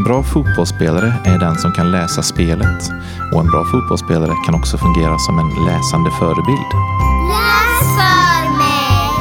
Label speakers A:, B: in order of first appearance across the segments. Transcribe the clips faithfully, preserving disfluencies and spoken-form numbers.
A: En bra fotbollsspelare är den som kan läsa spelet. Och en bra fotbollsspelare kan också fungera som en läsande förebild.
B: Läs för mig!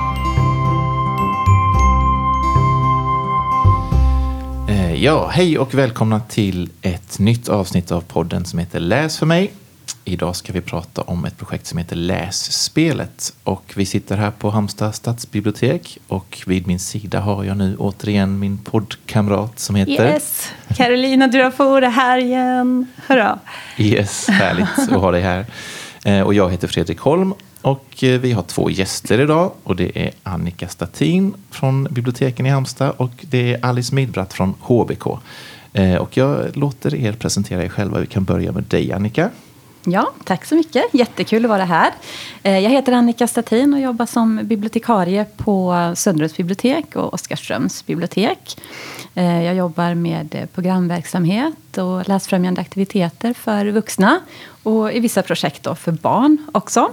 A: Eh, ja, hej och välkomna till ett nytt avsnitt av podden som heter Läs för mig. Idag ska vi prata om ett projekt som heter Lässpelet. Och vi sitter här på Halmstad stadsbibliotek. Och vid min sida har jag nu återigen min poddkamrat som heter...
C: Yes, Carolina Durafour är här igen. Hurra!
A: Yes, härligt att ha dig här. Eh, och jag heter Fredrik Holm. Och eh, vi har två gäster idag. Och det är Annika Statin från biblioteken i Halmstad. Och det är Alice Midbratt från H B K. Eh, och jag låter er presentera er själva. Vi kan börja med dig, Annika.
C: Ja, tack så mycket. Jättekul att vara här. Jag heter Annika Statin och jobbar som bibliotekarie på Söderums bibliotek och Oskarströms bibliotek. Jag jobbar med programverksamhet och läsfrämjande aktiviteter för vuxna och i vissa projekt då för barn också.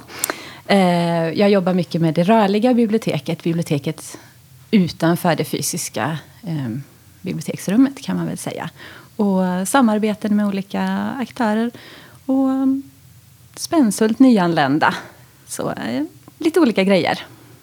C: Jag jobbar mycket med det rörliga biblioteket, biblioteket utanför det fysiska biblioteksrummet kan man väl säga. Och samarbeten med olika aktörer. Och Spänsult nyanlända. Så eh, lite olika grejer.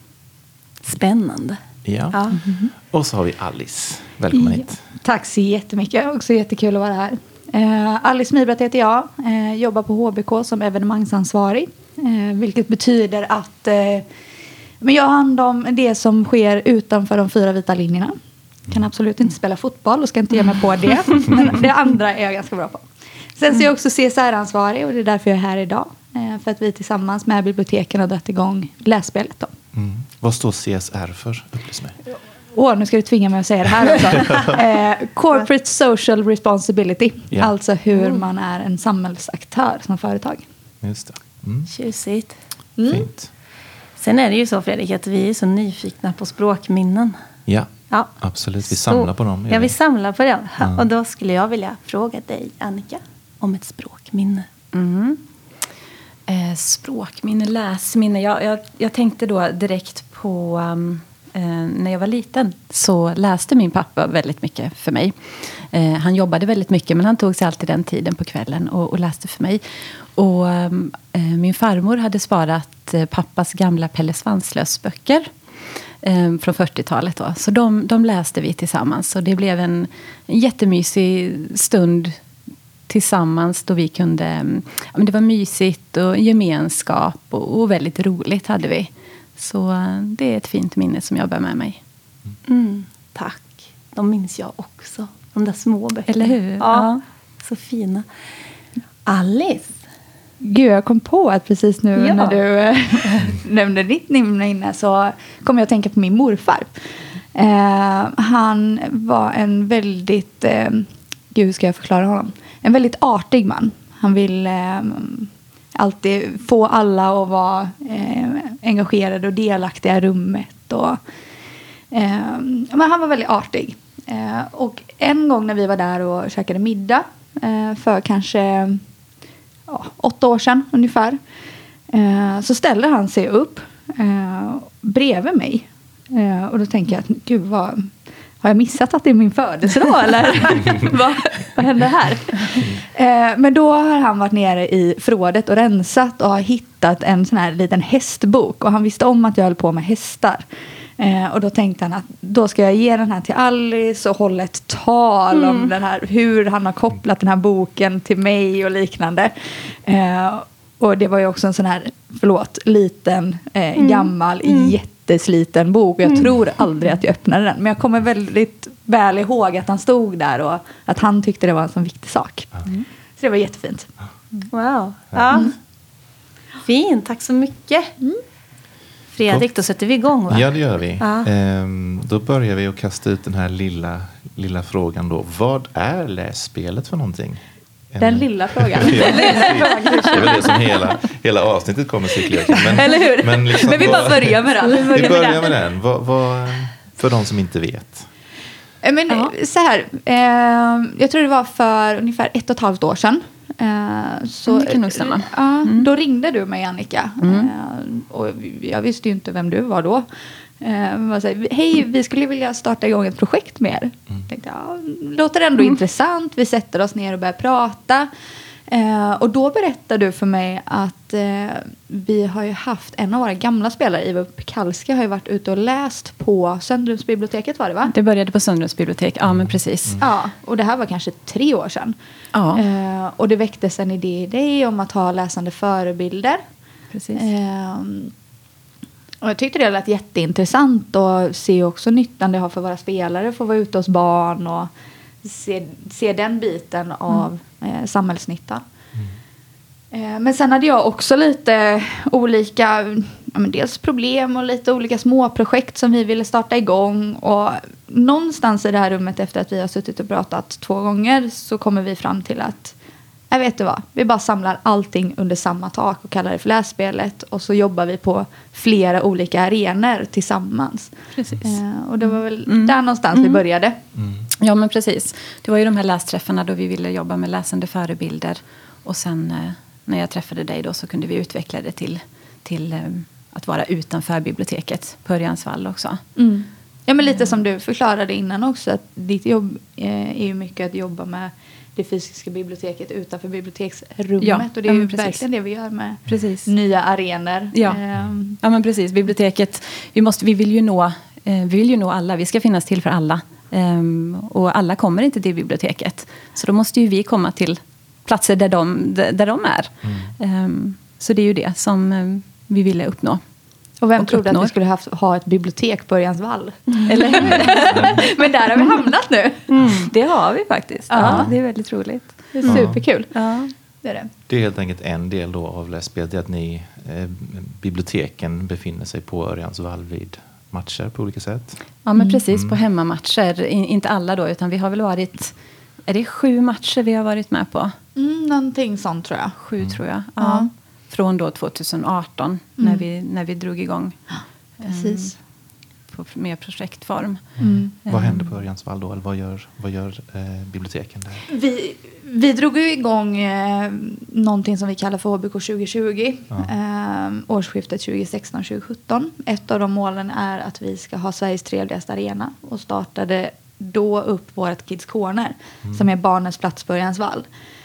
C: Spännande.
A: Ja. ja. Mm-hmm. Och så har vi Alice. Välkommen
D: ja.
A: hit.
D: Tack så jättemycket. Också jättekul att vara här. Eh, Alice Midbratt heter jag. Eh, jobbar på H B K som evenemangsansvarig. Eh, vilket betyder att eh, men jag har hand om det som sker utanför de fyra vita linjerna. Kan absolut inte spela fotboll och ska inte ge mig på det. Men det andra är jag ganska bra på. Sen så är jag också C S R-ansvarig och det är därför jag är här idag. För att vi tillsammans med biblioteken har dragit igång lässpelet då.
A: Mm. Vad står C S R för? Upplys mig.
D: Åh, nu ska du tvinga mig att säga det här också. eh, Corporate Social Responsibility. Yeah. Alltså hur man är en samhällsaktör som företag.
A: Just det. Mm.
C: Tjusigt.
A: Mm. Fint.
C: Sen är det ju så, Fredrik, att vi är så nyfikna på språkminnen.
A: Ja. Ja, absolut. Vi samlar på dem.
C: Ja, vi samlar på dem. Mm. Och då skulle jag vilja fråga dig, Annika, om ett språkminne.
D: Mm. Eh, språkminne, läsminne. Jag, jag, jag tänkte då direkt på um, eh, när jag var liten så läste min pappa väldigt mycket för mig. Eh, han jobbade väldigt mycket men han tog sig alltid den tiden på kvällen och, och läste för mig. Och um, eh, min farmor hade sparat eh, pappas gamla Pelle Svanslös böcker. Från fyrtiotalet då. Så de, de läste vi tillsammans. Och det blev en, en jättemysig stund tillsammans då vi kunde... Ja, men det var mysigt och gemenskap och, och väldigt roligt hade vi. Så det är ett fint minne som jag bär med mig.
C: Mm, tack. De minns jag också. De där små böckerna.
D: Eller hur?
C: Ja, ja. Så fina. Alice.
D: Gud, jag kom på att precis nu
C: ja.
D: när du äh, nämnde ditt namn inne så kom jag att tänka på min morfar. Eh, han var en väldigt, eh, gud hur ska jag förklara honom? En väldigt artig man. Han vill eh, alltid få alla att vara eh, engagerade och delaktiga i rummet. Och, eh, men han var väldigt artig. Eh, och en gång när vi var där och käkade middag eh, för kanske... Ja, åtta år sedan ungefär. Eh, så ställer han sig upp eh, bredvid mig. Eh, och då tänker jag att gud vad... Har jag missat att det är min födelsedag eller? vad, vad händer här? Eh, men då har han varit nere i förrådet och rensat och har hittat en sån här liten hästbok. Och han visste om att jag höll på med hästar. Eh, och då tänkte han att då ska jag ge den här till Alice och hålla ett tal mm. om den här, hur han har kopplat den här boken till mig och liknande. Eh, och det var ju också en sån här, förlåt, liten, eh, mm. gammal, mm. jättesliten bok. Och jag mm. tror aldrig att jag öppnade den. Men jag kommer väldigt väl ihåg att han stod där och att han tyckte det var en sån viktig sak. Mm. Så det var jättefint.
C: Wow. Ja. Mm. Fint, tack så mycket. Mm. Fredrik, då sätter vi igång, va?
A: Ja, det gör vi. Ja. Ehm, då börjar vi att kasta ut den här lilla, lilla frågan då. Vad är lässpelet för någonting?
D: Den en... lilla frågan.
A: ja, det är väl det som hela, hela avsnittet kommer cirkulera. Men,
D: eller hur? Men,
A: liksom,
D: men vi bara börjar med den.
A: Vi börjar, vi börjar med den. Vad, vad, för de som inte vet.
D: Men, så här, eh, jag tror det var för ungefär ett och ett halvt år sedan. Eh, så,
C: Mm, det kan nog stämma.
D: Ja,
C: Mm.
D: Då ringde du mig, Annika.
C: Mm.
D: Eh, och jag visste ju inte vem du var då. Eh, man säger, hej, vi skulle vilja starta igång ett projekt med er.
A: Mm.
D: Tänkte, ja, låter ändå
C: Mm.
D: intressant. Vi sätter oss ner och börjar prata. Eh, och då berättade du för mig att eh, vi har ju haft en av våra gamla spelare, Ivar Pekalska, har ju varit ute och läst på Söndrumsbiblioteket, var det va?
C: Det började på Sundrums bibliotek, ja men precis.
D: Ja, och det här var kanske tre år sedan.
C: Ja,
D: Eh, och det väcktes en idé i dig om att ha läsande förebilder.
C: precis.
D: Eh, och jag tyckte det lät jätteintressant och se också nyttan det har för våra spelare för att vara ute hos barn och se, se den biten av eh, samhällsnytta. Eh, men sen hade jag också lite olika, ja, men dels problem och lite olika småprojekt som vi ville starta igång. Och någonstans i det här rummet efter att vi har suttit och pratat två gånger så kommer vi fram till att jag vet du vad, vi bara samlar allting under samma tak och kallar det för lässpelet. Och så jobbar vi på flera olika arenor tillsammans.
C: Precis.
D: Eh, och det var väl
C: Mm.
D: där någonstans vi
C: Mm.
D: började.
A: Mm.
C: Ja, men precis. Det var ju de här lästräffarna då vi ville jobba med läsande förebilder. Och sen eh, när jag träffade dig då så kunde vi utveckla det till, till eh, att vara utanför biblioteket på Örjansvall också.
D: Mm. Ja, men lite som du förklarade innan också. Att ditt jobb eh, är ju mycket att jobba med det fysiska biblioteket utanför biblioteksrummet.
C: Ja,
D: och det är
C: ja,
D: ju
C: men precis.
D: verkligen det vi gör med
C: Precis.
D: nya arenor.
C: Ja.
D: Ehm,
C: Ja, men precis. Biblioteket, vi, måste, vi, vill ju nå, eh, vi vill ju nå alla. Vi ska finnas till för alla. Ehm, och alla kommer inte till biblioteket. Så då måste ju vi komma till platser där de, där, där de är.
A: Mm.
C: Ehm, så det är ju det som eh, vi ville uppnå.
D: och vem
C: och
D: trodde
C: uppnår.
D: att vi skulle haft, ha ett bibliotek på Örjansvall?
C: Eller hur?
D: Men där har vi hamnat nu.
C: Mm, det har vi faktiskt. Ja.
D: Ja.
C: Det är väldigt roligt.
D: Det är superkul.
C: Ja.
D: Det är det.
A: Det är helt enkelt en del då av lässpelet, det är att ni, eh, biblioteken befinner sig på Örjansvall vid matcher på olika sätt.
C: Ja, men precis på hemmamatcher. In, inte alla då, utan vi har väl varit... Är det sju matcher vi har varit med på?
D: Mm, någonting sånt tror jag.
C: Sju tror jag.
D: Ja.
C: Ja. Från då tjugoarton
D: Mm.
C: när, vi, när vi drog igång.
D: Precis.
C: På mer projektform.
D: Mm.
A: Vad händer på Örjansvall då? Eller vad gör, vad gör eh, biblioteken där?
D: Vi, vi drog ju igång eh, någonting som vi kallar för H B K tjugo tjugo.
A: Ja.
D: Eh, årsskiftet tjugo sexton tjugo sjutton. Ett av de målen är att vi ska ha Sveriges trevligaste arena. Och startade då upp vårt Kids Corner.
A: Mm.
D: Som är barnens plats på Örjansvall.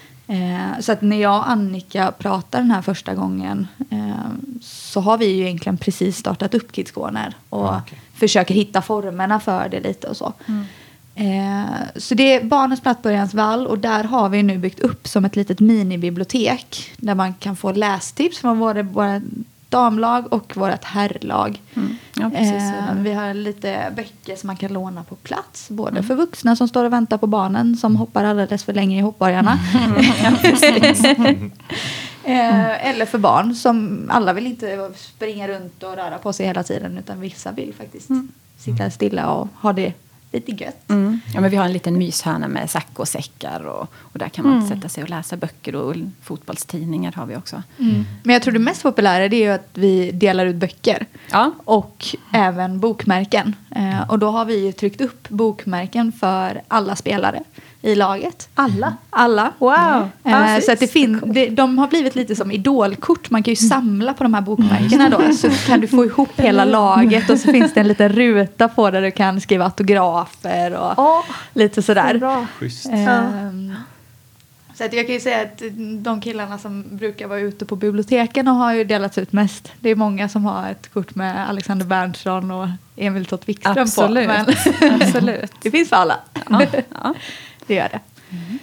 D: Eh, så att när jag och Annika pratar den här första gången. Eh, så har vi ju egentligen precis startat upp Kids Corner. Och
A: Ja, okej.
D: försöker hitta formerna för det lite och så.
C: Mm.
D: Eh, så det är barnens plats på Örjansvall och där har vi nu byggt upp som ett litet minibibliotek där man kan få lästips från både våra damlag och vårt herrlag.
C: Mm. Ja, precis.
D: Eh, vi har lite böcker som man kan låna på plats både för vuxna som står och väntar på barnen som hoppar alldeles för länge i hoppborgarna.
C: Ja, precis.
D: eh, eller för barn som alla vill inte springa runt och röra på sig hela tiden utan vissa vill faktiskt
C: Mm.
D: sitta stilla och ha det lite gött.
C: Mm. Ja, men vi har en liten myshörna med sack och säckar. Och, och där kan man
D: Mm.
C: sätta sig och läsa böcker. Och fotbollstidningar har vi också.
D: Mm. Men jag tror det mest populära det är ju att vi delar ut böcker.
C: Ja.
D: Och även bokmärken. Eh, och då har vi ju tryckt upp bokmärken för alla spelare i laget.
C: Alla?
D: Alla.
C: Wow.
D: Eh,
C: Ja,
D: så att det fin- det, de har blivit lite som idolkort. Man kan ju samla på de här bokmärkena då. Så kan du få ihop hela laget. Och så finns det en liten ruta på där du kan skriva autografer. Och
C: Åh,
D: lite sådär.
C: bra.
A: Schysst.
D: Ehm, Så att jag kan ju säga att de killarna som brukar vara ute på biblioteken och har ju delats ut mest. Det är många som har ett kort med Alexander Berntsson och Emil Tott Wikström
C: Absolut.
D: på. Men
C: Absolut.
D: det finns för alla.
C: Ja, ja.
D: Det gör det.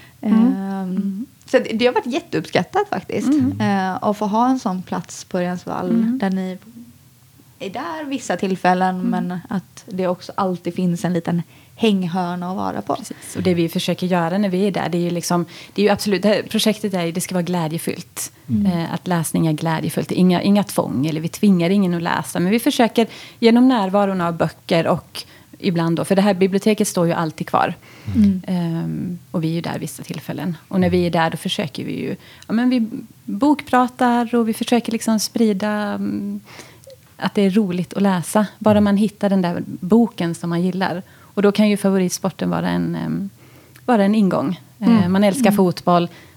D: Ehm, Så det, det har varit jätteuppskattat faktiskt.
C: Mm.
D: Eh, att få ha en sån plats på Örjansvall
C: Mm.
D: där ni är där vissa tillfällen men att det också alltid finns en liten hänghörna att vara på.
C: Precis. Och det vi försöker göra när vi är där, det är ju liksom, det är ju absolut, det här projektet är, det ska vara glädjefyllt. Eh, att läsning är glädjefyllt. Inga, inga tvång, eller vi tvingar ingen att läsa. Men vi försöker genom närvaron av böcker och ibland då, för det här biblioteket står ju alltid kvar.
D: Mm.
C: Ehm, och vi är ju där vissa tillfällen. Och när vi är där då försöker vi ju, ja men vi bokpratar och vi försöker liksom sprida mm, att det är roligt att läsa. Bara man hittar den där boken som man gillar. Och då kan ju favoritsporten vara en, um, vara en ingång.
D: Mm.
C: Uh, man älskar
D: Mm.
C: fotboll.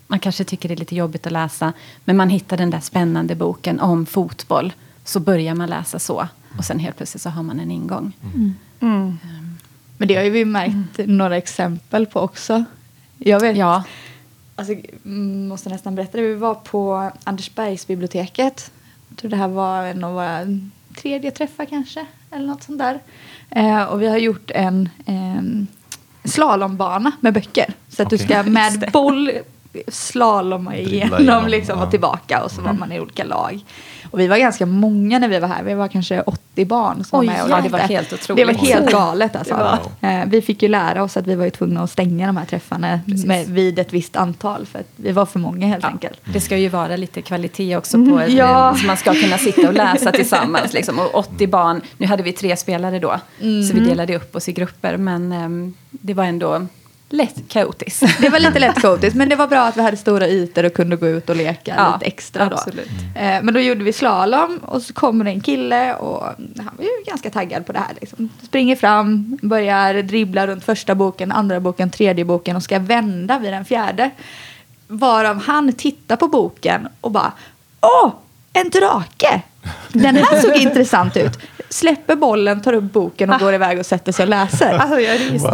C: man kanske tycker det är lite jobbigt att läsa, men man hittar den där spännande boken om fotboll, så börjar man läsa så. Och sen helt plötsligt så har man en ingång.
D: Mm. Mm. Men det har ju vi märkt mm. några exempel på också. Jag vet,
C: ja.
D: Alltså, måste nästan berätta det. Vi var på Andersbergsbiblioteket. Jag tror det här var en av våra tredje träffar kanske. Eller något sånt där. Eh, och vi har gjort en eh, slalombana med böcker. Så att okay. du ska med boll slaloma igenom liksom, ja. och tillbaka. Och så mm. var man i olika lag. Och vi var ganska många när vi var här. Vi var kanske åttio barn som
C: Oj,
D: var med. Och
C: ja, det var helt otroligt.
D: Det var helt galet. Alltså.
C: Var...
D: Eh, vi fick ju lära oss att vi var ju tvungna att stänga de här träffarna med, vid ett visst antal. För att vi var för många helt
C: ja.
D: enkelt.
C: Det ska ju vara lite kvalitet också på mm, ja. så man ska kunna sitta och läsa tillsammans. Liksom. Och åttio barn, nu hade vi tre spelare då. Mm. Så vi delade upp oss i grupper. Men um, det var ändå... lätt kaotiskt.
D: Det var lite lätt kaotiskt, men det var bra att vi hade stora ytor och kunde gå ut och leka ja, lite extra då.
C: Absolut.
D: Mm. Men då gjorde vi slalom och så kommer det en kille och han var ju ganska taggad på det här. Liksom. Springer fram, börjar dribbla runt första boken, andra boken, tredje boken och ska vända vid den fjärde. Varav han tittar på boken och bara, åh, en drake! Den här såg intressant ut. Släpper bollen, tar upp boken och ah. går iväg och sätter sig och läser.
C: Alltså jag ryser.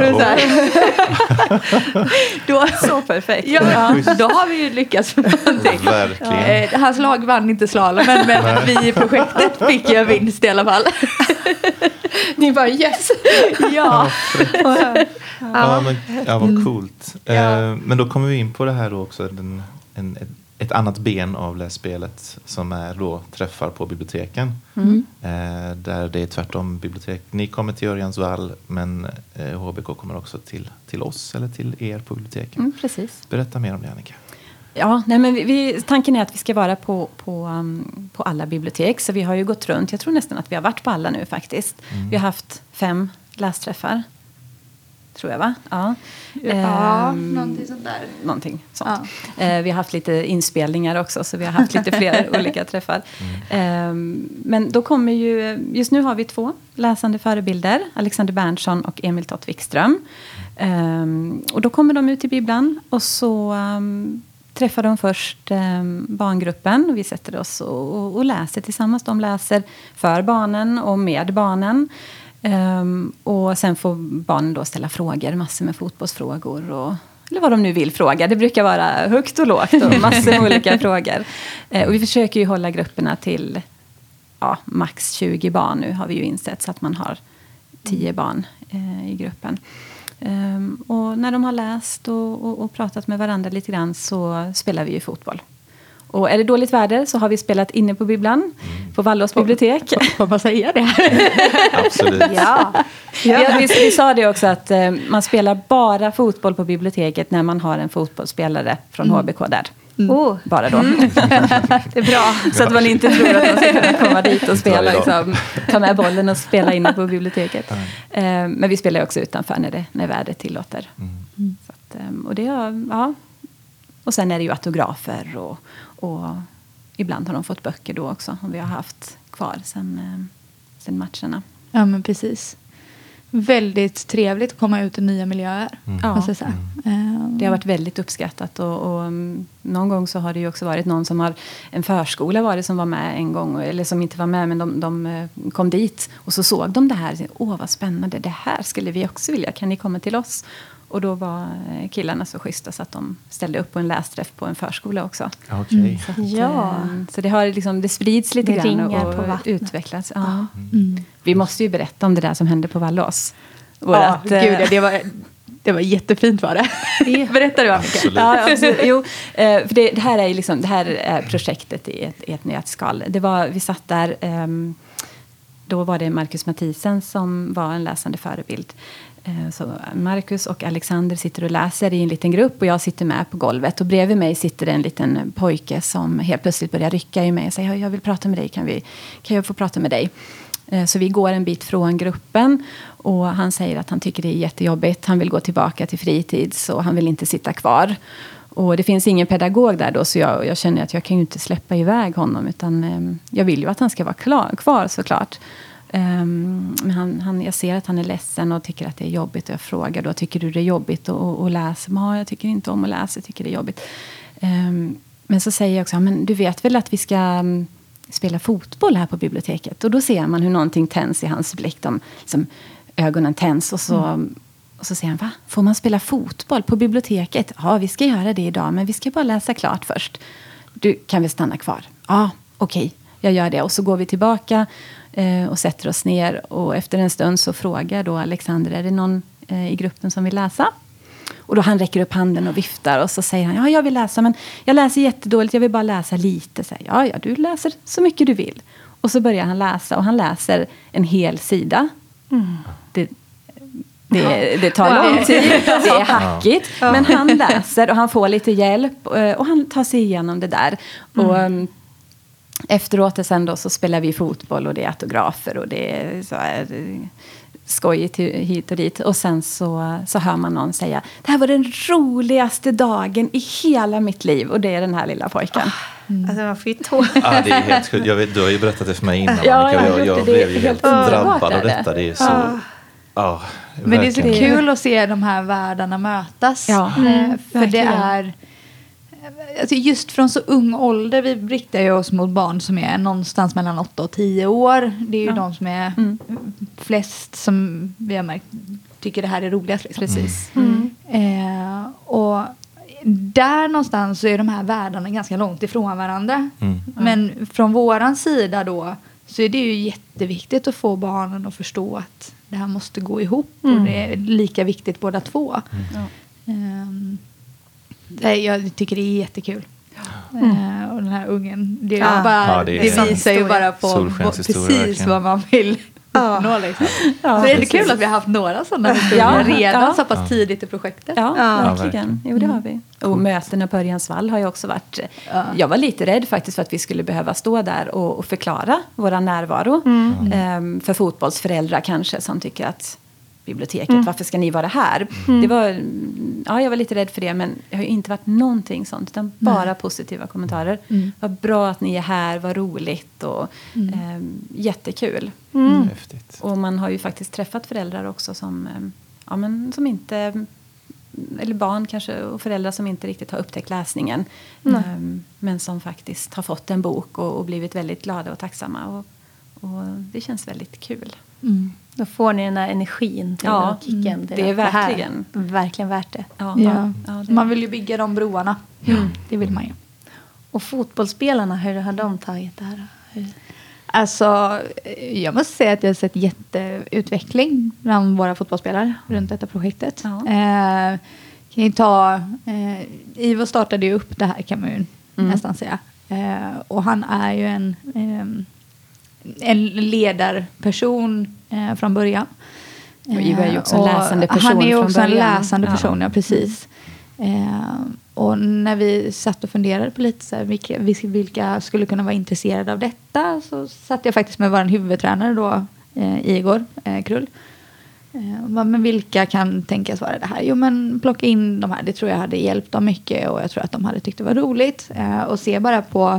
A: Wow.
C: Då, så perfekt.
D: Ja, ja, då har vi ju lyckats med någonting.
A: Verkligen.
D: Ja. Hans lag vann inte slalom, men, men vi i projektet fick ju vinst i alla fall.
C: Ni bara yes.
D: Ja.
A: Ja, ja, men, ja vad coolt. Ja. Eh, men då kommer vi in på det här då också. Den, en, en, ett annat ben av lässpelet som är då träffar på biblioteken. Mm. Eh, där det är tvärtom bibliotek. Ni kommer till Örjansvall, men eh, H B K kommer också till, till oss eller till er på biblioteken.
C: Mm, precis.
A: Berätta mer om det, Annika.
C: Ja, nej, men vi, vi, tanken är att vi ska vara på, på, um, på alla bibliotek. Så vi har ju gått runt. Jag tror nästan att vi har varit på alla nu faktiskt. Mm. Vi har haft fem lästräffar. Tror jag, va? Ja,
D: ja um, någonting sånt där.
C: Någonting sånt. Ja. Uh, vi har haft lite inspelningar också, så vi har haft lite fler olika träffar. Mm. Um, men då kommer ju, just nu har vi två läsande förebilder. Alexander Berntsson och Emil Tott Wikström. Um, och då kommer de ut i bibblan och så um, träffar de först um, barngruppen. Och vi sätter oss och, och, och läser tillsammans. De läser för barnen och med barnen. Um, och sen får barnen då ställa frågor, massor med fotbollsfrågor och, eller vad de nu vill fråga. Det brukar vara högt och lågt och massor med olika frågor. Uh, och vi försöker ju hålla grupperna till ja, max tjugo barn. Nu har vi ju insett så att man har tio barn uh, i gruppen. Um, och när de har läst och, och, och pratat med varandra lite grann så spelar vi ju fotboll. Och är det dåligt väder så har vi spelat inne på bibblan. Mm. På Vallås bibliotek.
D: Får man säga det?
A: Absolut.
C: Ja. Ja. Vi, vi sa det också att eh, man spelar bara fotboll på biblioteket när man har en fotbollsspelare från mm. H B K där. Mm. Oh. Bara då. Mm. Det är bra. Så att man inte tror att man ska kunna komma dit och spela. Liksom, ta med bollen och spela inne på biblioteket. Mm. Eh, men vi spelar också utanför när, det, när vädret tillåter. Mm. Så att, eh, och det är, ja. Och sen är det ju autografer och, och ibland har de fått böcker då också. Om vi har haft kvar sen, sen matcherna.
D: Ja, men precis. Väldigt trevligt att komma ut i nya miljöer. Mm. Ja. Måste jag säga.
C: Mm. Det har varit väldigt uppskattat. Och, och någon gång så har det ju också varit någon som har en förskola var det som var med en gång. Eller som inte var med men de, de kom dit. Och så såg de det här. Åh vad spännande. Det här skulle vi också vilja. Kan ni komma till oss? Och då var killarna så schyssta så att de ställde upp på en lästräff på en förskola också.
A: Okay. Mm,
C: så, att, ja. så det har liksom, det sprids lite
D: det
C: grann och,
D: och
C: utvecklas. Ja. Mm. Vi måste ju berätta om det där som hände på Vallås.
D: Ja, att, gud, det var, det var jättefint var det. Berätta du, Annika.
A: Absolut.
C: Ja, absolut. Jo, för det, det här är liksom, det här är projektet i ett, i ett nötskal. Det var, vi satt där, då var det Marcus Mathisen som var en läsande förebild. Så Marcus och Alexander sitter och läser i en liten grupp och jag sitter med på golvet. Och bredvid mig sitter en liten pojke som helt plötsligt börjar rycka i mig och säger jag vill prata med dig, kan, vi, kan jag få prata med dig? Så vi går en bit från gruppen och han säger att han tycker det är jättejobbigt. Han vill gå tillbaka till fritids och han vill inte sitta kvar. Och det finns ingen pedagog där då så jag, jag känner att jag kan ju inte släppa iväg honom utan jag vill ju att han ska vara klar, kvar såklart. Um, men han, han, jag ser att han är ledsen och tycker att det är jobbigt och jag frågar då, tycker du det är jobbigt att, att läsa? Ja, jag tycker inte om att läsa, jag tycker det är jobbigt. Um, men så säger jag också, men du vet väl att vi ska um, spela fotboll här på biblioteket? Och då ser man hur någonting tänds i hans blick. De, liksom, ögonen tänds och så, mm. och så säger han, va? Får man spela fotboll på biblioteket? Ja, vi ska göra det idag, men vi ska bara läsa klart först. Du, kan vi stanna kvar? Ja, okej, jag gör det. Och så går vi tillbaka eh, och sätter oss ner. Och efter en stund så frågar då Alexander, är det någon eh, i gruppen som vill läsa? Och då han räcker upp handen och viftar och så säger han, ja jag vill läsa men jag läser jättedåligt, jag vill bara läsa lite. Så här, ja, ja, du läser så mycket du vill. Och så börjar han läsa och han läser en hel sida. Mm. Det, det, det tar lång tid, det är hackigt. Ja. Men han läser och han får lite hjälp och han tar sig igenom det där. Mm. Och um, efteråt sen då så spelar vi fotboll och det är autografer och det är så här, skojigt hit och dit. Och sen så, så hör man någon säga, det här var den roligaste dagen i hela mitt liv. Och det är den här lilla pojken.
E: Mm. Alltså man får ju tå.
A: Ja, det är helt sjukt. Jag vet, du har ju berättat det för mig innan.
C: Ja,
A: jag, jag, jag
C: det,
A: blev ju helt drabbad av
C: det.
A: detta. Det är så...
E: Ja.
A: Ja,
D: men det är så kul att se de här världarna mötas.
C: Ja.
D: Mm, för
C: verkligen.
D: det är... Alltså just från så ung ålder, vi riktar ju oss mot barn som är någonstans mellan åtta och tio år. Det är ju ja. de som är mm. flest som vi har märkt tycker det här är roligast. Liksom.
C: Precis.
D: Mm. Eh, och där någonstans så är de här världarna ganska långt ifrån varandra. Mm. Men från våran sida då så är det ju jätteviktigt att få barnen att förstå att det här måste gå ihop. Mm. Och det är lika viktigt båda två. Mm. Ja. Um, Jag tycker det är jättekul. Ja. Uh, och den här ungen, det, är ja. bara, ja, det, är det visar ju bara på precis verkligen. Vad man vill
E: ja.
D: uppnå. Liksom. Ja, så det är det kul att vi har haft några sådana historier ja. redan ja. så pass ja. tidigt i projektet.
C: Ja, ja. verkligen. Jo, det har vi. Och mm. mötena på Örjans vall har ju också varit... Ja. Jag var lite rädd faktiskt för att vi skulle behöva stå där och, och förklara våra närvaro. Mm. Um, för fotbollsföräldrar kanske som tycker att biblioteket, mm. varför ska ni vara här? Mm. Det var, ja, jag var lite rädd för det, men det har ju inte varit någonting sånt, utan bara mm. positiva kommentarer. Mm. Vad bra att ni är här, vad roligt och mm. eh, jättekul.
A: Mm. Häftigt.
C: Och man har ju faktiskt träffat föräldrar också som, eh, ja, men som inte, eller barn kanske, och föräldrar som inte riktigt har upptäckt läsningen. Mm. Eh, men som faktiskt har fått en bok och, och blivit väldigt glada och tacksamma. Och, och det känns väldigt kul.
E: Mm. Då får ni den här energin till
C: ja,
E: och kicken.
C: Mm, det är verkligen,
E: det verkligen värt det.
D: Ja. Ja. Ja, det. Man vill ju bygga de broarna. Mm. Det vill man ju.
E: Och fotbollsspelarna, hur har de tagit det här? Hur?
D: Alltså, jag måste säga att jag har sett jätteutveckling bland våra fotbollsspelare runt detta projektet. Ja. Eh, kan ju ta, eh, Ivo startade ju upp det här kan man ju mm. nästan säga. Eh, och han är ju en... Eh, en ledarperson eh, från början.
C: Och Ivo är ju också en läsande person.
D: Han är ju också
C: från början.
D: en läsande person, ja, ja precis. Eh, och när vi satt och funderade på lite så här, vilka, vilka skulle kunna vara intresserade av detta, så satt jag faktiskt med vår huvudtränare då, eh, Igor eh, Krull. Eh, men vilka kan tänkas vara det här? Jo, men plocka in de här. Det tror jag hade hjälpt dem mycket och jag tror att de hade tyckt det var roligt. Eh, och se bara på...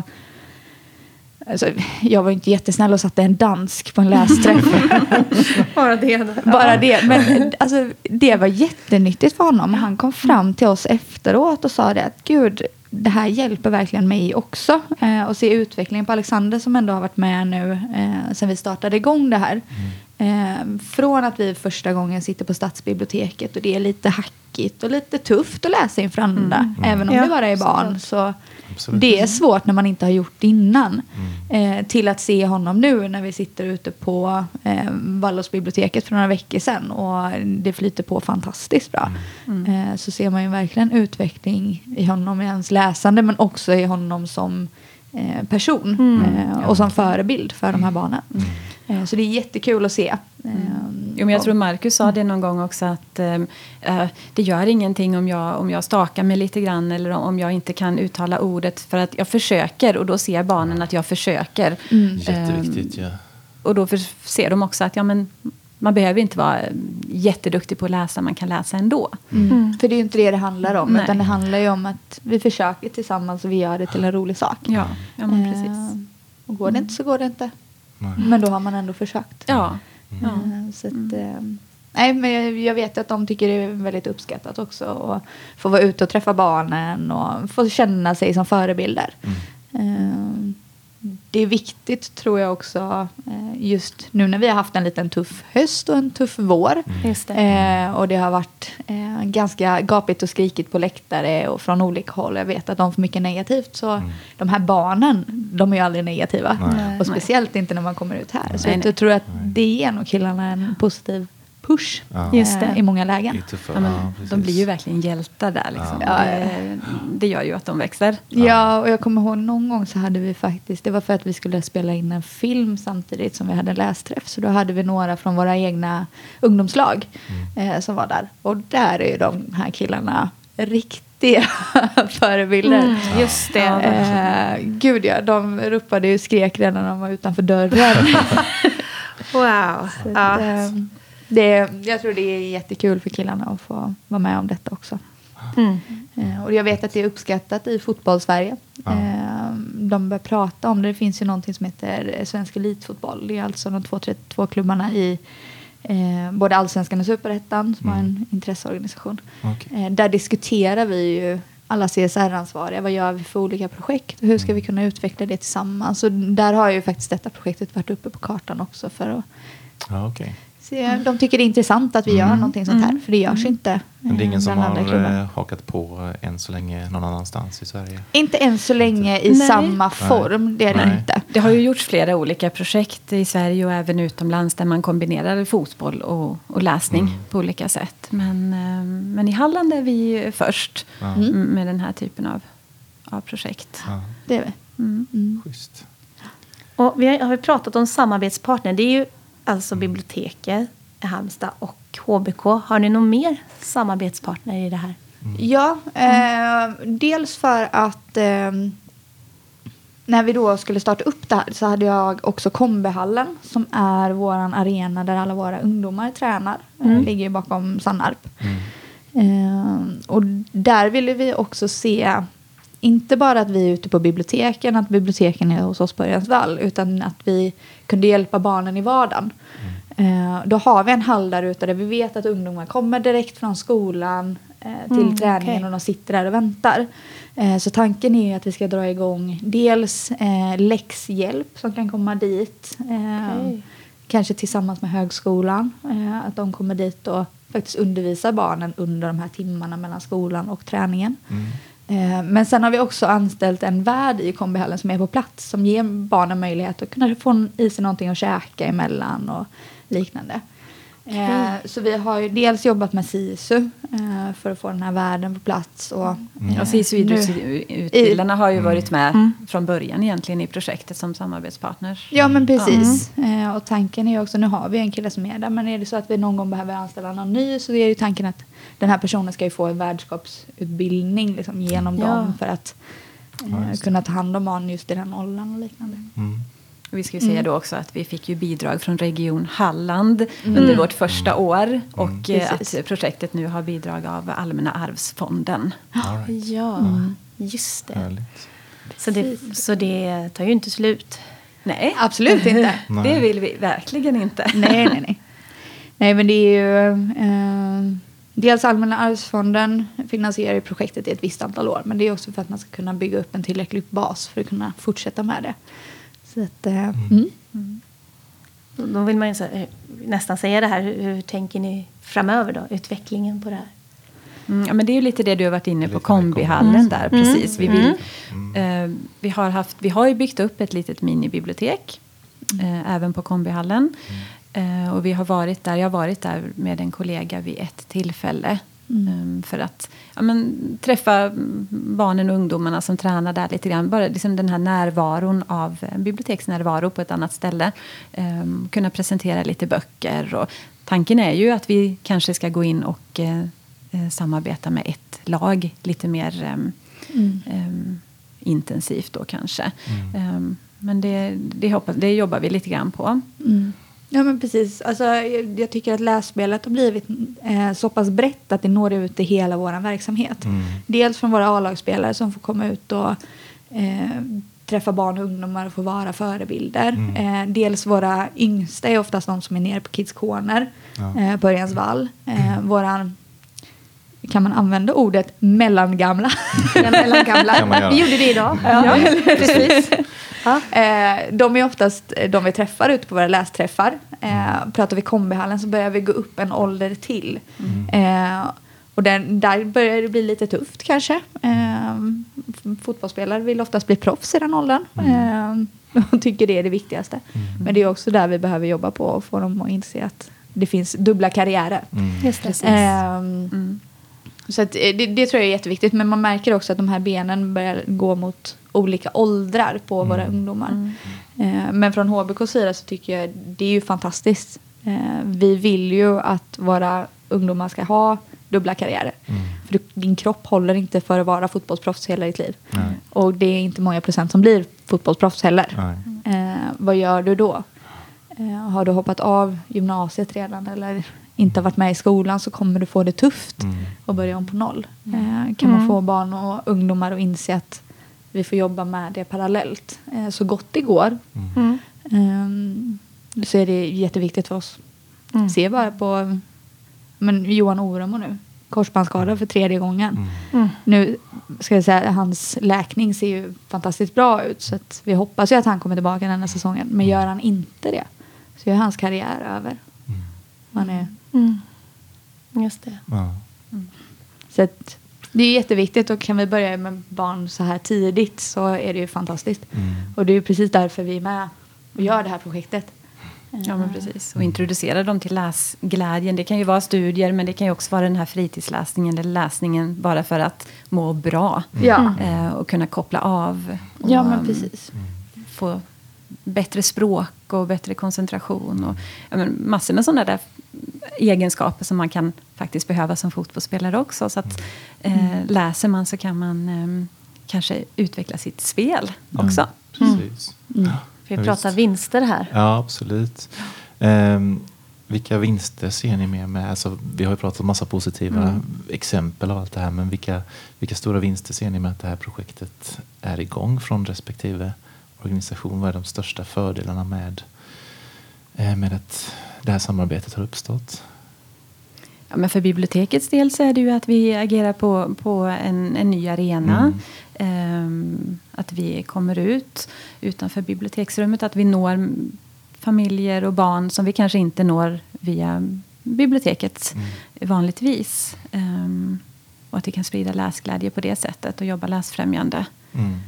D: Alltså, jag var inte jättesnäll och satte en dansk på en lästräff.
E: Bara det.
D: Bara det. Men alltså, det var jättenyttigt för honom. Han kom fram till oss efteråt och sa det att gud, det här hjälper verkligen mig också. Eh, och se utvecklingen på Alexander som ändå har varit med nu eh, sen vi startade igång det här. Mm. Eh, från att vi första gången sitter på stadsbiblioteket och det är lite hackigt och lite tufft att läsa inför andra. Mm. Även om ja, det bara är barn så... Absolut. Det är svårt när man inte har gjort det innan. Mm. Eh, till att se honom nu när vi sitter ute på eh, Waldorfsbiblioteket för några veckor sedan. Och det flyter på fantastiskt bra. Mm. Eh, så ser man ju verkligen utveckling i honom i hans läsande. Men också i honom som eh, person. Mm. Eh, och som förebild för de här barnen. Mm. Eh, så det är jättekul att se.
C: Mm. Jo, men jag tror Marcus sa det någon gång också att äh, det gör ingenting om jag, om jag stakar mig lite grann eller om jag inte kan uttala ordet för att jag försöker och då ser barnen att jag försöker.
A: Mm. Jätteviktigt, ja.
C: Och då för, ser de också att ja, men, man behöver inte vara jätteduktig på att läsa, man kan läsa ändå.
D: Mm. Mm. För det är ju inte det det handlar om, Nej. utan det handlar ju om att vi försöker tillsammans och vi gör det till en rolig sak.
C: Ja, ja men precis. Uh,
D: och går det inte så går det inte. Nej. Men då har man ändå försökt.
C: Ja.
D: Mm. Så att, mm. Nej, men jag, jag vet att de tycker det är väldigt uppskattat också. Och få vara ute och träffa barnen och få känna sig som förebilder. Mm. Uh, det är viktigt tror jag också just nu när vi har haft en liten tuff höst och en tuff vår.
E: Just det.
D: Eh, och det har varit eh, ganska gapigt och skrikigt på läktare och från olika håll. Jag vet att de får mycket negativt. Så mm. de här barnen, de är ju aldrig negativa. Nej. Och speciellt Nej. inte när man kommer ut här. Så nej, jag nej. tror att det ger nog killarna en positiv push
C: ja. Just det.
D: i många lägen.
C: Ja, men, ja, de blir ju verkligen hjältar där. Liksom.
D: Ja.
C: Det, det gör ju att de växer.
D: Ja. ja, och jag kommer ihåg någon gång så hade vi faktiskt, det var för att vi skulle spela in en film samtidigt som vi hade lästräff. Så då hade vi några från våra egna ungdomslag mm. eh, som var där. Och där är ju de här killarna riktiga förebilder. Mm,
E: just det.
D: Ja, eh, gud ja, de ropade ju skrek redan när de var utanför dörren.
E: Wow.
D: Så ja. att, eh, Det, jag tror det är jättekul för killarna att få vara med om detta också. Mm. Eh, och jag vet att det är uppskattat i fotbollssverige. Ja. Eh, de börjar prata om det. Det finns ju någonting som heter Svensk Elitfotboll. Det är alltså de två trettiotvå klubbarna i eh, både Allsvenskan och Superettan som mm. har en intresseorganisation. Okay. Eh, där diskuterar vi ju alla C S R-ansvariga. Vad gör vi för olika projekt? Hur ska vi kunna utveckla det tillsammans? Så där har ju faktiskt detta projektet varit uppe på kartan också för att
A: ja, okay.
D: Så de tycker det är intressant att vi gör mm. någonting sånt här.
C: Mm.
D: För det görs inte.
A: Men det är ingen som har hakat på än så länge någon annanstans i Sverige?
D: Inte än så länge i Nej. samma form. Nej. Det är det Nej. inte.
C: Det har ju gjorts flera olika projekt i Sverige och även utomlands där man kombinerar fotboll och, och läsning mm. på olika sätt. Men, men i Halland är vi först mm. med den här typen av, av projekt.
A: Ja.
D: Det är vi.
C: Mm.
D: Mm.
A: Schysst.
E: Och vi har, har vi pratat om samarbetspartner. Det är ju alltså biblioteket i Halmstad och H B K. Har ni någon mer samarbetspartner i det här?
D: Mm. Ja, eh, dels för att eh, när vi då skulle starta upp det här så hade jag också Kombihallen som är våran arena där alla våra ungdomar tränar. Mm. Ligger ju bakom Sannarp. Mm. Eh, och där ville vi också se inte bara att vi är ute på biblioteken, att biblioteken är hos oss på Örjansvall, utan att vi kunde hjälpa barnen i vardagen. Mm. Eh, då har vi en hall där ute där vi vet att ungdomar kommer direkt från skolan eh, till mm, träningen okay. och de sitter där och väntar. Eh, så tanken är ju att vi ska dra igång dels eh, läxhjälp som kan komma dit. Eh, okay. Kanske tillsammans med högskolan. Eh, att de kommer dit och faktiskt undervisar barnen under de här timmarna mellan skolan och träningen. Mm. Men sen har vi också anställt en värd i Kombihallen som är på plats. Som ger barnen möjlighet att kunna få i sig någonting att käka emellan och liknande. Mm. Så vi har ju dels jobbat med SISU för att få den här värden på plats. Och,
C: mm. och SISU idrottsutbildarna har ju varit med mm. från början egentligen i projektet som samarbetspartners.
D: Ja men precis. Mm. Och tanken är ju också, nu har vi en kille som är där. Men är det så att vi någon gång behöver anställa någon ny så är ju tanken att den här personen ska ju få en värdskapsutbildning liksom, genom ja. dem för att eh, ja, kunna ta hand om barn just i den åldern och liknande.
C: Mm. Och vi ska ju säga mm. då också att vi fick ju bidrag från Region Halland mm. under vårt första år. Mm. Och eh, att projektet nu har bidrag av Allmänna arvsfonden.
E: Right. Ja, mm. just det. Så, det. så det tar ju inte slut.
C: Nej,
D: absolut inte.
C: Det vill vi verkligen inte.
D: nej, nej, nej. Nej, men det är ju... Eh, dels Allmänna arvsfonden finansierar projektet i ett visst antal år. Men det är också för att man ska kunna bygga upp en tillräcklig bas för att kunna fortsätta med det. Så att, eh, mm. Mm.
E: Då vill man ju så, nästan säga det här. Hur, hur tänker ni framöver då? Utvecklingen på det här?
C: Mm, ja, men det är ju lite det du har varit inne på, Kombihallen mm. där. Precis. Vi, vill, mm. eh, vi, har haft, vi har ju byggt upp ett litet minibibliotek. Eh, även på Kombihallen. Mm. Uh, och vi har varit där, jag har varit där med en kollega vid ett tillfälle. Mm. Um, för att ja, men, träffa barnen och ungdomarna som tränar där lite grann. Bara liksom den här närvaron av uh, biblioteksnärvaro på ett annat ställe. Um, kunna presentera lite böcker. Och tanken är ju att vi kanske ska gå in och uh, uh, samarbeta med ett lag lite mer um, mm. um, intensivt då kanske. Mm. Um, men det, det, hoppas, det jobbar vi lite grann på.
D: Mm. Ja men precis. Alltså, jag, jag tycker att lässpelet har blivit eh, så pass brett att det når ut i hela vår verksamhet. Mm. Dels från våra A-lagsspelare som får komma ut och eh, träffa barn och ungdomar och få vara förebilder.
A: Mm.
D: Eh, dels våra yngsta är oftast de som är nere på Kids Corner
A: Ja.
D: eh, på Örjansvall. Eh, våran, kan man använda ordet mellangamla?
E: Ja, mellangamla.
A: Kan man göra.
E: Vi gjorde det idag.
D: Ja,
E: precis. Ja.
D: Eh, de är oftast de vi träffar ute på våra lästräffar. Eh, pratar vi kombihallen så börjar vi gå upp en ålder till. Eh, och den, där börjar det bli lite tufft kanske. Eh, fotbollsspelare vill oftast bli proffs i den åldern. Eh, och tycker det är det viktigaste. Men det är också där vi behöver jobba på och få dem att inse att det finns dubbla karriärer.
A: Mm.
E: Just det.
D: Eh,
C: Mm.
D: Så att det, det tror jag är jätteviktigt. Men man märker också att de här benen börjar gå mot olika åldrar på våra ungdomar.
C: Mm.
D: Eh, men från H B K:s sida så tycker jag det är ju fantastiskt. Eh, vi vill ju att våra ungdomar ska ha dubbla karriärer.
A: Mm.
D: För du, din kropp håller inte för att vara fotbollsproffs hela ditt liv.
A: Nej.
D: Och det är inte många procent som blir fotbollsproffs heller.
A: Nej.
D: Eh, vad gör du då? Eh, har du hoppat av gymnasiet redan eller inte varit med i skolan så kommer du få det tufft
A: Mm.
D: och börja om på noll. Eh, kan man få barn och ungdomar att inse att vi får jobba med det parallellt eh, så gott det går.
E: Mm.
D: Eh, så är det jätteviktigt för oss.
E: Mm.
D: Se bara på men Johan Oremo nu. Korsbandsskada för tredje gången.
A: Mm.
E: Mm.
D: Nu ska jag säga att hans läkning ser ju fantastiskt bra ut. Så att vi hoppas ju att han kommer tillbaka den här säsongen. Men gör han inte det så är hans karriär över.
A: Mm.
D: Man är,
E: Mm. Just det.
A: Ja.
D: så att det är jätteviktigt. Och kan vi börja med barn så här tidigt så är det ju fantastiskt.
A: Mm.
D: Och det är ju precis därför vi är med och gör det här projektet.
C: Ja, men precis. Och introducera dem till läsglädjen. Det kan ju vara studier, men det kan ju också vara den här fritidsläsningen eller läsningen bara för att må bra.
D: Ja.
C: Eh, och kunna koppla av. Och,
D: Ja, men precis.
C: få bättre språk och bättre koncentration. Och, ja, men massor med sådana där egenskaper som man kan faktiskt behöva som fotbollsspelare också. Så att eh, läser man så kan man eh, kanske utveckla sitt spel också.
A: Precis.
D: Mm.
E: Vi
A: Ja,
E: pratar
A: visst.
E: vinster här.
A: Ja, absolut. Ehm, vilka vinster ser ni med? med? Alltså, vi har ju pratat om massa positiva
E: Mm.
A: exempel av allt det här. Men vilka, vilka stora vinster ser ni med att det här projektet är igång från respektive organisation? Vad är de största fördelarna med, eh, med att det här samarbetet har uppstått?
C: Ja, men för bibliotekets del så är det ju att vi agerar på, på en, en ny arena.
A: Mm.
C: Ehm, att vi kommer ut utanför biblioteksrummet. Att vi når familjer och barn som vi kanske inte når via biblioteket
A: Mm.
C: vanligtvis. Ehm, och att vi kan sprida läsglädje på det sättet och jobba läsfrämjande.
A: Mm.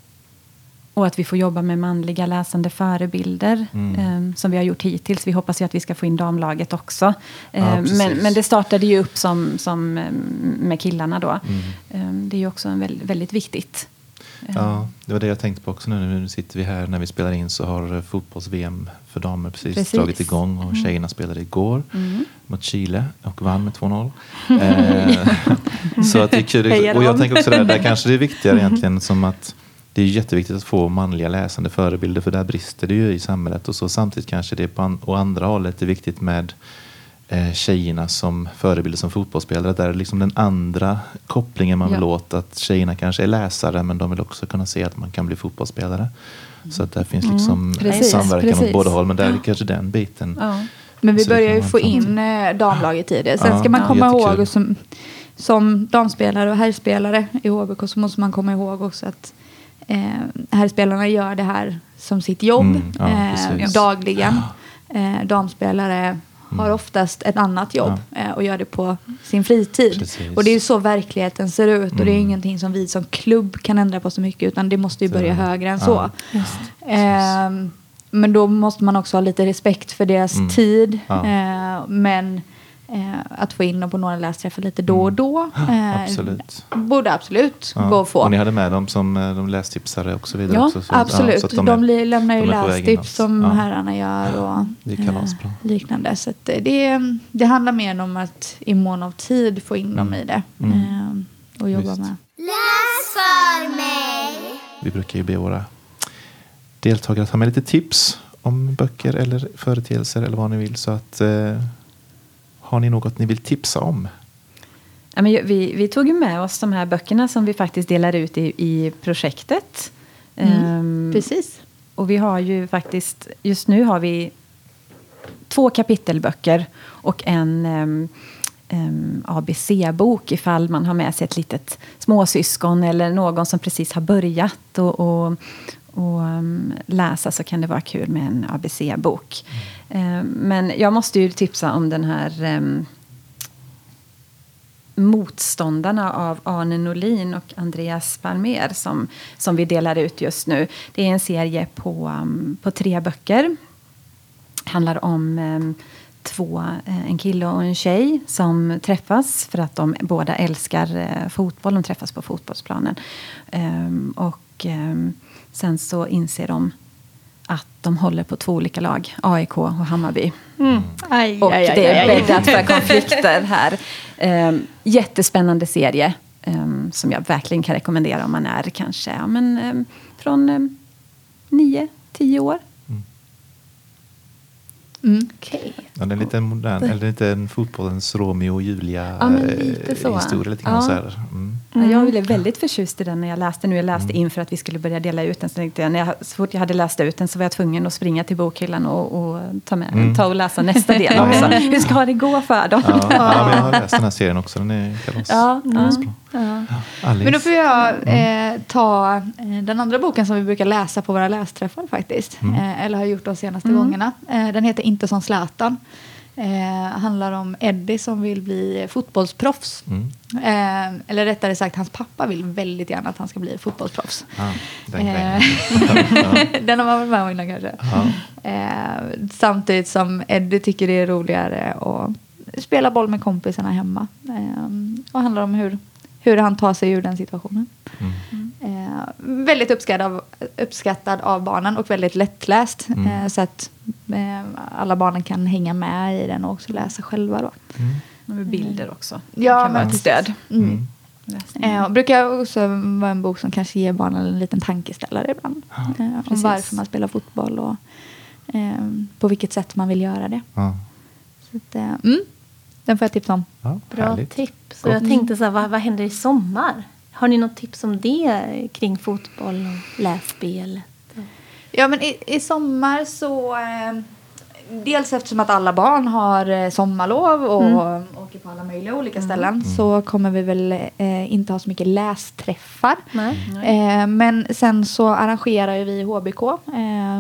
C: Och att vi får jobba med manliga läsande förebilder.
A: Mm.
C: Eh, som vi har gjort hittills. Vi hoppas ju att vi ska få in damlaget också. Eh,
A: Ja, precis.
C: men, men det startade ju upp som, som eh, med killarna då.
A: Mm.
C: Eh, det är ju också en väldigt, väldigt viktigt. Eh,
A: Ja, det var det jag tänkte på också nu. Nu sitter vi här när vi spelar in så har fotbolls-V M för damer precis,
C: Precis.
A: dragit igång och tjejerna spelade igår
C: Mm.
A: mot Chile och vann med två noll. eh, så att det är kul.
D: Hejar
A: Och jag
D: dem.
A: tänker också där, där kanske det är viktigare egentligen som att det är jätteviktigt att få manliga läsande förebilder för där brister det ju i samhället och så samtidigt kanske det på an- och andra hållet är viktigt med eh, tjejerna som förebilder som fotbollsspelare. Där är liksom den andra kopplingen man vill
C: Ja.
A: åt att tjejerna kanske är läsare men de vill också kunna se att man kan bli fotbollsspelare. Så att där finns liksom
C: Precis,
A: samverkan åt
C: precis.
A: båda håll men där är kanske den biten.
C: Ja.
D: Men vi
A: Så det
D: börjar
A: kan
D: ju
A: vara
D: få
A: en
D: in eh, damlaget i det. Sen
A: Ja,
D: ska man
A: ja.
D: komma
A: Jättekul.
D: ihåg som, som damspelare och herrspelare i H B K så måste man komma ihåg också att eh, herrspelarna gör det här som sitt jobb
A: Mm, ja,
D: eh,
A: precis.
D: dagligen. Eh, damspelare har oftast ett annat jobb eh, och gör det på sin fritid.
A: Precis.
D: Och det är ju så verkligheten ser ut och det är
A: Mm.
D: ingenting som vi som klubb kan ändra på så mycket utan det måste ju
A: Så-
D: börja högre än
A: ja.
D: så. Eh, men då måste man också ha lite respekt för deras
A: Mm.
D: tid.
A: Ja.
D: Eh, men eh, att få in dem på några lästräffar lite då och då. Eh,
A: Absolut.
D: Borde absolut
A: Ja.
D: gå att få.
A: Och ni hade med dem som eh, de lästipsare och så vidare
C: Ja,
A: också. Så,
D: Absolut.
A: ja, så att
D: de
A: är-
D: li- lämnar ju
A: de är på väg
D: lästips
A: inåt.
D: som
A: Ja.
D: herrarna gör och
A: Det är kalasbra.
D: eh, liknande. Så att det, det handlar mer om att i mån av tid få in dem
A: Mm.
D: i det.
A: Mm.
D: Eh, och jobba
A: Visst.
D: med.
B: Läs för mig.
A: Vi brukar ju be våra deltagare att ha med lite tips om böcker eller företeelser eller vad ni vill. Så att eh, har ni något ni vill tipsa om?
C: Ja, men vi, vi tog ju med oss de här böckerna som vi faktiskt delar ut i, i projektet.
D: Mm.
C: Um,
D: Precis.
C: Och vi har ju faktiskt, just nu har vi två kapitelböcker och en um, um, A B C-bok ifall man har med sig ett litet småsyskon eller någon som precis har börjat och, och, och um, läsa, så kan det vara kul med en A B C-bok. Mm. Um, men jag måste ju tipsa om den här um, Motståndarna av Arne Norlin och Andreas Palmer som, som vi delar ut just nu. Det är en serie på, um, på tre böcker. Handlar om um, två, uh, en kille och en tjej som träffas för att de båda älskar uh, fotboll. De träffas på fotbollsplanen. Um, och um, sen så inser de att de håller på två olika lag, A I K och Hammarby.
E: Mm.
D: Aj,
C: Och
D: aj, aj,
C: det är
D: aj, aj.
C: bäddat för konflikter här. Um, jättespännande serie um, som jag verkligen kan rekommendera om man är kanske ja, men, um, från um, nio, tio år.
D: Mm.
E: Okej.
A: Ja, det är lite modern, eller lite en fotbollens Romeo och Julia
C: Ja, men lite
A: eh,
C: så.
A: historia lite grann
C: Ja.
A: så här. Mm.
C: Ja, jag blev väldigt förtjust i den när jag läste nu. Jag läste in för att vi skulle börja dela ut den. Så, tänkte jag, när jag, så fort jag hade läst ut den så var jag tvungen att springa till bokhyllan och, och ta, med,
A: Mm.
C: ta och läsa nästa del också. Hur ska det gå för dem?
A: Ja, ja, men jag har läst den här serien också. Den är kalas.
C: Ja,
A: Kalas bra.
D: Ja.
A: Alice.
D: Men då får jag eh, ta eh, den andra boken som vi brukar läsa på våra lästräffar faktiskt.
A: Mm.
D: Eh, eller har gjort de senaste
C: Mm.
D: gångerna. Eh, den heter Inte som Zlatan. Eh, handlar om Eddie som vill bli fotbollsproffs.
A: Mm.
D: Eh, eller rättare sagt, hans pappa vill väldigt gärna att han ska bli fotbollsproffs.
A: Ja, den
D: Eh,
A: grejen. Ja.
D: den har man varit med om innan kanske.
A: Ja.
D: Eh, samtidigt som Eddie tycker det är roligare att spela boll med kompisarna hemma. Eh, och handlar om hur, hur han tar sig ur den situationen.
A: Mm.
D: Eh, väldigt uppskattad av, uppskattad av barnen och väldigt lättläst.
A: Mm.
D: Eh, så att eh, alla barnen kan hänga med i den och också läsa själva då.
A: Mm.
C: Med bilder också.
D: Ja,
C: det kan vara
D: men
C: ett
D: precis.
C: stöd.
D: Mm.
A: Mm.
D: Eh, och brukar också vara en bok som kanske ger barnen en liten tankeställare ibland. Eh, om
C: precis.
D: varför man spelar fotboll och eh, på vilket sätt man vill göra det.
A: Ja.
D: Så att, eh, mm, den får jag tipsa om.
A: Ja,
E: Bra
A: härligt.
E: tips. Och jag tänkte så här, vad, vad händer i sommar? Har ni något tips om det kring fotboll och lässpel?
D: Ja, men i, i sommar så... Eh, dels eftersom att alla barn har eh, sommarlov och
E: Mm.
D: åker på alla möjliga olika ställen så kommer vi väl eh, inte ha så mycket lästräffar.
E: Nej.
D: Eh, men sen så arrangerar ju vi i H B K eh,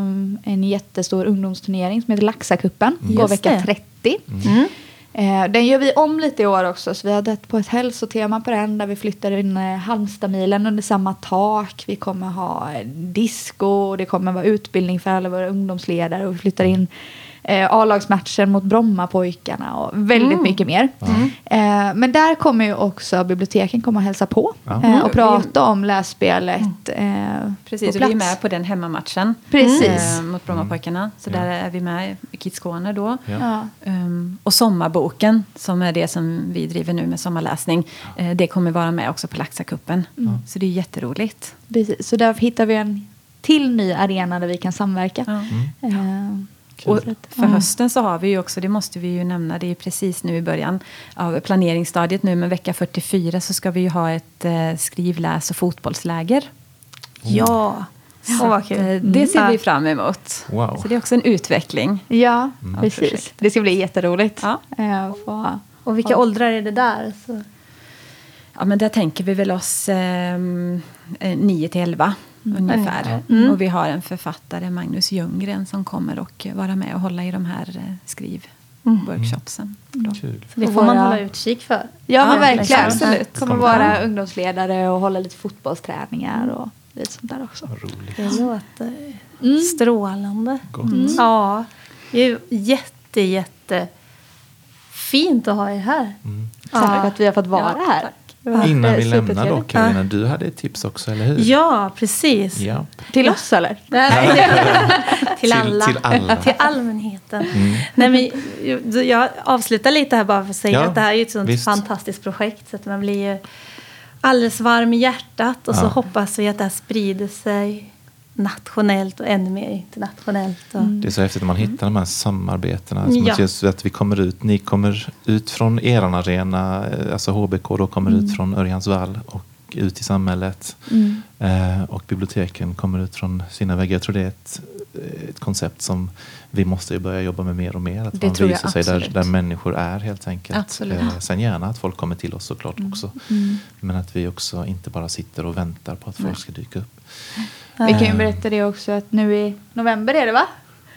D: en jättestor ungdomsturnering som heter Laxakuppen.
E: Mm.
D: Går
E: Just
D: vecka
E: det.
D: trettio.
E: Mm.
D: Eh, den gör vi om lite i år också. Så vi har dött på ett hälsotema på den. Där vi flyttar in eh, Halmstadmilen under samma tak. Vi kommer ha eh, disco. Det kommer vara utbildning för alla våra ungdomsledare. Och vi flyttar in eh, A-lagsmatchen mot Brommapojkarna. Och väldigt
E: Mm.
D: mycket mer. Eh, men där kommer ju också biblioteken komma och hälsa på.
A: Ja.
D: Eh, och prata om lässpelet. Eh,
C: Precis,
D: på
C: och vi
D: plats.
C: är med på den hemmamatchen.
D: Precis.
C: Eh, mot Brommapojkarna. Så
A: Ja.
C: där är vi med i Kids Skåne då.
A: Ja.
D: Ja.
C: Um, och sommarboken, som är det som vi driver nu med sommarläsning. Eh, det kommer vara med också på Laxakuppen. Så det är jätteroligt.
D: Precis. Så där hittar vi en till ny arena där vi kan samverka.
C: Ja.
D: Eh,
C: Och
D: så att-
C: för
D: ja.
C: hösten så har vi ju också, det måste vi ju nämna, det är ju precis nu i början av planeringsstadiet nu, men vecka fyrtiofyra så ska vi ju ha ett eh, skriv-, läs- och fotbollsläger.
E: Ja, åh vad
C: Eh,
E: kul.
C: det ser
E: Ja.
C: vi fram emot.
A: Wow.
C: Så det är också en utveckling.
D: Ja, precis.
C: projekt.
D: Det ska bli jätteroligt.
C: Ja.
D: Eh, få-
E: Och vilka åldrar är det där? Så.
C: Ja, men där tänker vi väl oss eh, nio till elva ungefär.
E: Mm.
C: Och vi har en författare, Magnus Ljunggren, som kommer och vara med och hålla i de här eh, skrivworkshopsen. då.
A: Kul.
E: Det
D: Och
E: får man
D: våra-
E: hålla utkik för.
D: Ja,
C: Ja,
D: men verkligen.
C: absolut.
D: Kommer vara ungdomsledare och hålla lite fotbollsträningar och lite sånt där också.
A: Vad roligt.
E: Det låter
D: Mm.
E: strålande.
A: Gott.
E: Mm. Ja, det är ju jätte, jätte fint att ha er här.
A: Mm.
D: Tack för att vi har fått vara
C: Ja,
D: här.
C: tack.
D: Det har varit,
A: Innan
D: eh,
A: vi lämnar då,
D: supertrevligt.
A: Karolina, du hade ett tips också, eller hur?
E: Ja, precis.
A: Ja.
D: Till oss eller?
E: Nej, till alla.
A: Till alla.
E: Till allmänheten.
A: Mm.
E: Nej, men, ju- jag avslutar lite här bara för att säga
A: Ja,
E: att det här är ju ett sånt
A: visst.
E: fantastiskt projekt. Så att man blir ju alldeles varm i hjärtat. Och så
A: Ja.
E: hoppas vi att det här sprider sig nationellt och ännu mer internationellt. Och,
A: Det är så häftigt när man hittar de här samarbetena. Som
E: Ja.
A: att, just att vi kommer ut, ni kommer ut från eran arena, eh, alltså H B K då kommer ut från Örjansvall och och ut i samhället.
D: Mm.
A: Eh, och biblioteken kommer ut från sina väggar. Jag tror det är ett, ett koncept som vi måste ju börja jobba med mer och mer. Att
C: Det
A: man
C: tror jag
A: visar sig där,
C: absolut.
A: där människor är helt enkelt.
C: Absolut.
A: Eh, sen gärna att folk kommer till oss såklart också.
D: Mm.
A: Men att vi också inte bara sitter och väntar på att folk ska dyka upp.
D: Vi kan ju berätta det också att nu i november är det va?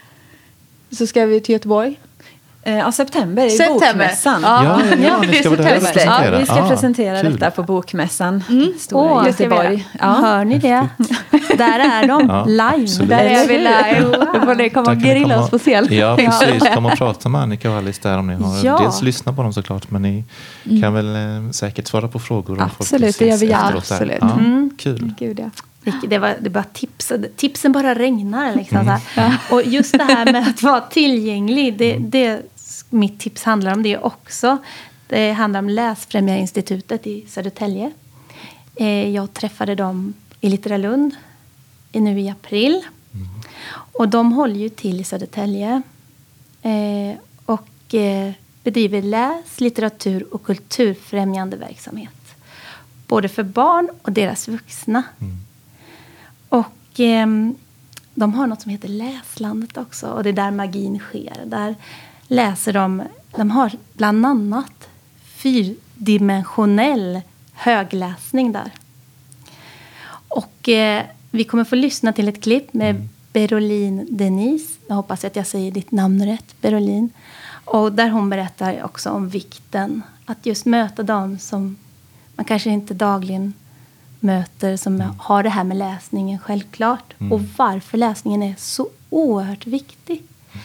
D: Så ska vi till Göteborg.
C: Eh, Ja, september är
D: September.
C: bokmässan.
D: Ja.
A: Ja, ja, ja,
D: det
A: ni
D: är
A: ska vara där och
D: september.
A: presentera.
C: Ja, vi ska
A: Ah,
C: presentera
A: kul.
C: detta på bokmässan.
D: Mm.
C: Stora
E: Åh,
C: i Göteborg. Ja.
E: Hör ni det? Där är de,
A: Ja,
E: live.
A: absolut.
D: Där är vi
E: Eller hur?
D: live. Då får ni komma
A: Där
D: och
A: kan ni
D: grilla
A: komma-
D: oss på scen.
A: Ja, precis. Kom och prata med Annika och Alice där om ni har.
E: Ja.
A: Dels lyssna på dem såklart, men ni kan väl eh, säkert svara på frågor. Om folk
C: Absolut, det gör vi
A: precis
C: gärna.
A: efteråt där.
D: Absolut.
A: Ja,
E: Mm.
A: Kul.
D: Gud, ja.
E: Vilket- Det, var, det bara tips, tipsen bara regnar. Liksom,
A: Mm.
E: så här. Och just det här med att vara tillgänglig, det, det mitt tips handlar om det också. Det handlar om Läsfrämjarinstitutet i Södertälje. Eh, jag träffade dem i Litteralund nu i april. Och de håller ju till i Södertälje. Eh, och eh, bedriver läs-, litteratur och kulturfrämjande verksamhet. Både för barn och deras vuxna.
A: Mm.
E: Och ehm, de har något som heter Läslandet också. Och det är där magin sker. Där läser de, de har bland annat fyrdimensionell högläsning där. Och eh, vi kommer få lyssna till ett klipp med
A: Mm.
E: Berolin Denise. Jag hoppas att jag säger ditt namn rätt, Berolin. Och där hon berättar också om vikten att just möta dem som man kanske inte dagligen möter, som har det här med läsningen självklart.
A: Mm.
E: Och varför läsningen är så oerhört viktig.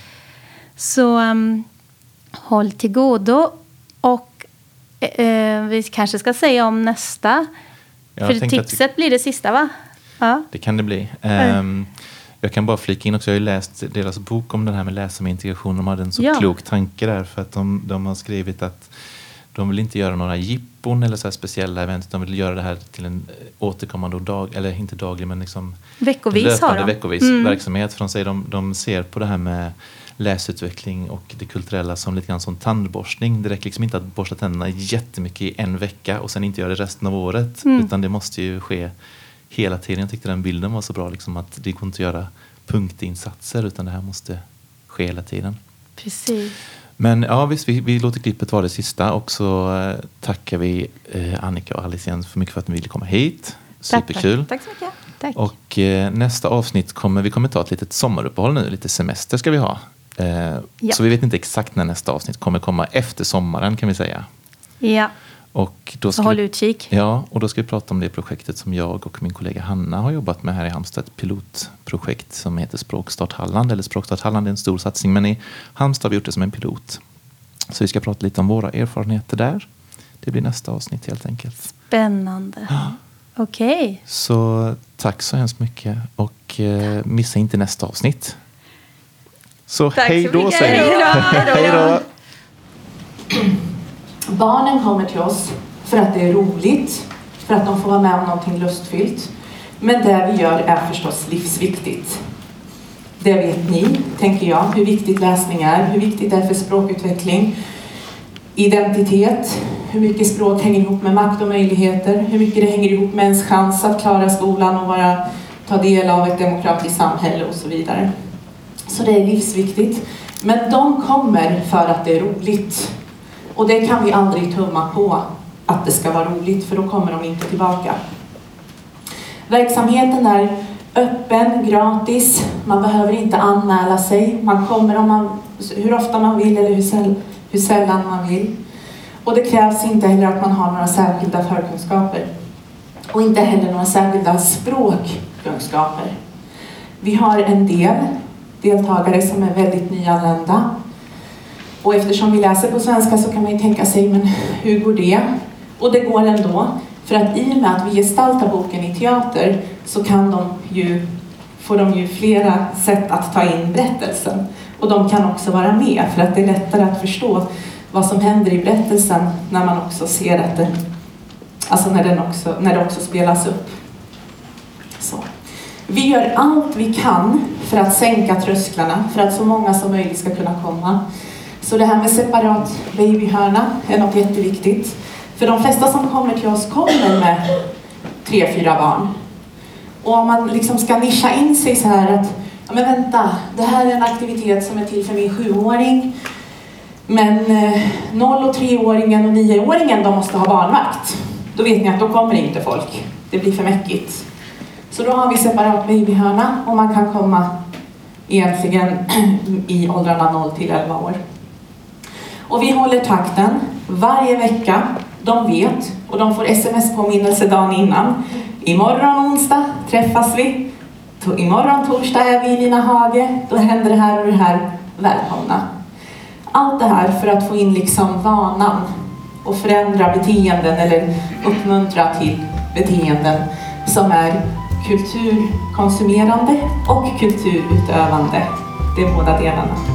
E: Så um, håll till godo. Och eh, vi kanske ska säga om nästa.
A: Jag
E: För
A: tänkte att-
E: tipset blir det sista, va? Ja.
A: Det kan det bli. Ehm, jag kan bara flika in också. Jag har ju läst deras bok om det här med läsa med integration. De hade en så
E: Ja.
A: klok tanke där. För att de, de har skrivit att de vill inte göra några jippon eller så här speciella event. De vill göra det här till en återkommande dag, eller inte daglig, men liksom
E: Veckovis
A: en
E: har
A: löpande
E: de.
A: veckovis
E: Mm.
A: verksamhet. För de säger de, de ser på det här med läsutveckling och det kulturella som lite grann som tandborstning. Det räcker liksom inte att borsta tänderna jättemycket i en vecka och sen inte göra det resten av året.
E: Mm.
A: Utan det måste ju ske hela tiden. Jag tyckte den bilden var så bra. Liksom, att det går inte att göra punktinsatser utan det här måste ske hela tiden.
E: Precis.
A: Men ja, visst, vi, vi låter klippet vara det sista. Och så eh, tackar vi eh, Annika och Alice igen för mycket för att ni ville komma hit. Superkul.
E: Tack så mycket.
D: Tack.
A: Och eh, nästa avsnitt kommer vi kommer ta ett litet sommaruppehåll nu. Lite semester ska vi ha. Eh,
E: Ja.
A: Så vi vet inte exakt när nästa avsnitt kommer komma efter sommaren kan vi säga.
E: Ja,
A: Och då
E: så
A: ska
E: håll
A: vi,
E: utkik.
A: ja, och då ska vi prata om det projektet som jag och min kollega Hanna har jobbat med här i Halmstad. Ett pilotprojekt som heter Språkstart Halland. Eller Språkstart Halland är en stor satsning, men i Halmstad har vi gjort det som en pilot. Så vi ska prata lite om våra erfarenheter där. Det blir nästa avsnitt helt enkelt.
E: Spännande. Okej.
A: Så tack så hemskt mycket och eh, missa inte nästa avsnitt. Så
E: Tack
A: hej
E: så
A: då
E: mycket.
A: säger vi.
E: Hej då.
A: Hej då.
F: Barnen kommer till oss för att det är roligt, för att de får vara med om någonting lustfyllt. Men det vi gör är förstås livsviktigt. Det vet ni, tänker jag, hur viktigt läsning är, hur viktigt det är för språkutveckling, identitet, hur mycket språk hänger ihop med makt och möjligheter, hur mycket det hänger ihop med ens chans att klara skolan och vara, ta del av ett demokratiskt samhälle och så vidare. Så det är livsviktigt. Men de kommer för att det är roligt. Och det kan vi aldrig tumma på att det ska vara roligt, för då kommer de inte tillbaka. Verksamheten är öppen, gratis. Man behöver inte anmäla sig. Man kommer om man, hur ofta man vill eller hur, säll, hur sällan man vill. Och det krävs inte heller att man har några särskilda förkunskaper. Och inte heller några särskilda språkkunskaper. Vi har en del deltagare som är väldigt nyanlända. Och eftersom vi läser på svenska så kan man ju tänka sig, men hur går det? Och det går ändå. För att i och med att vi gestaltar boken i teater så kan de ju, får de ju flera sätt att ta in berättelsen. Och de kan också vara med, för att det är lättare att förstå vad som händer i berättelsen när man också ser att det, alltså när, den också, när det också spelas upp. Så. Vi gör allt vi kan för att sänka trösklarna, för att så många som möjligt ska kunna komma. Så det här med separat babyhörna är något jätteviktigt. För de flesta som kommer till oss kommer med tre, fyra barn. Och om man liksom ska nischa in sig så här att, ja men vänta, det här är en aktivitet som är till för min sjuåring. Men eh, noll och treåringen och nioåringen, de måste ha barnvakt. Då vet ni att då kommer inte folk. Det blir för mäckigt. Så då har vi separat babyhörna och man kan komma egentligen i åldrarna noll till elva år. Och vi håller takten varje vecka. De vet och de får sms-påminnelse dagen innan. Imorgon onsdag träffas vi. Imorgon torsdag är vi i Lina Hage. Då händer det här och det här. Välkomna. Allt det här för att få in liksom vanan och förändra beteenden eller uppmuntra till beteenden som är kulturkonsumerande och kulturutövande. Det är båda delarna.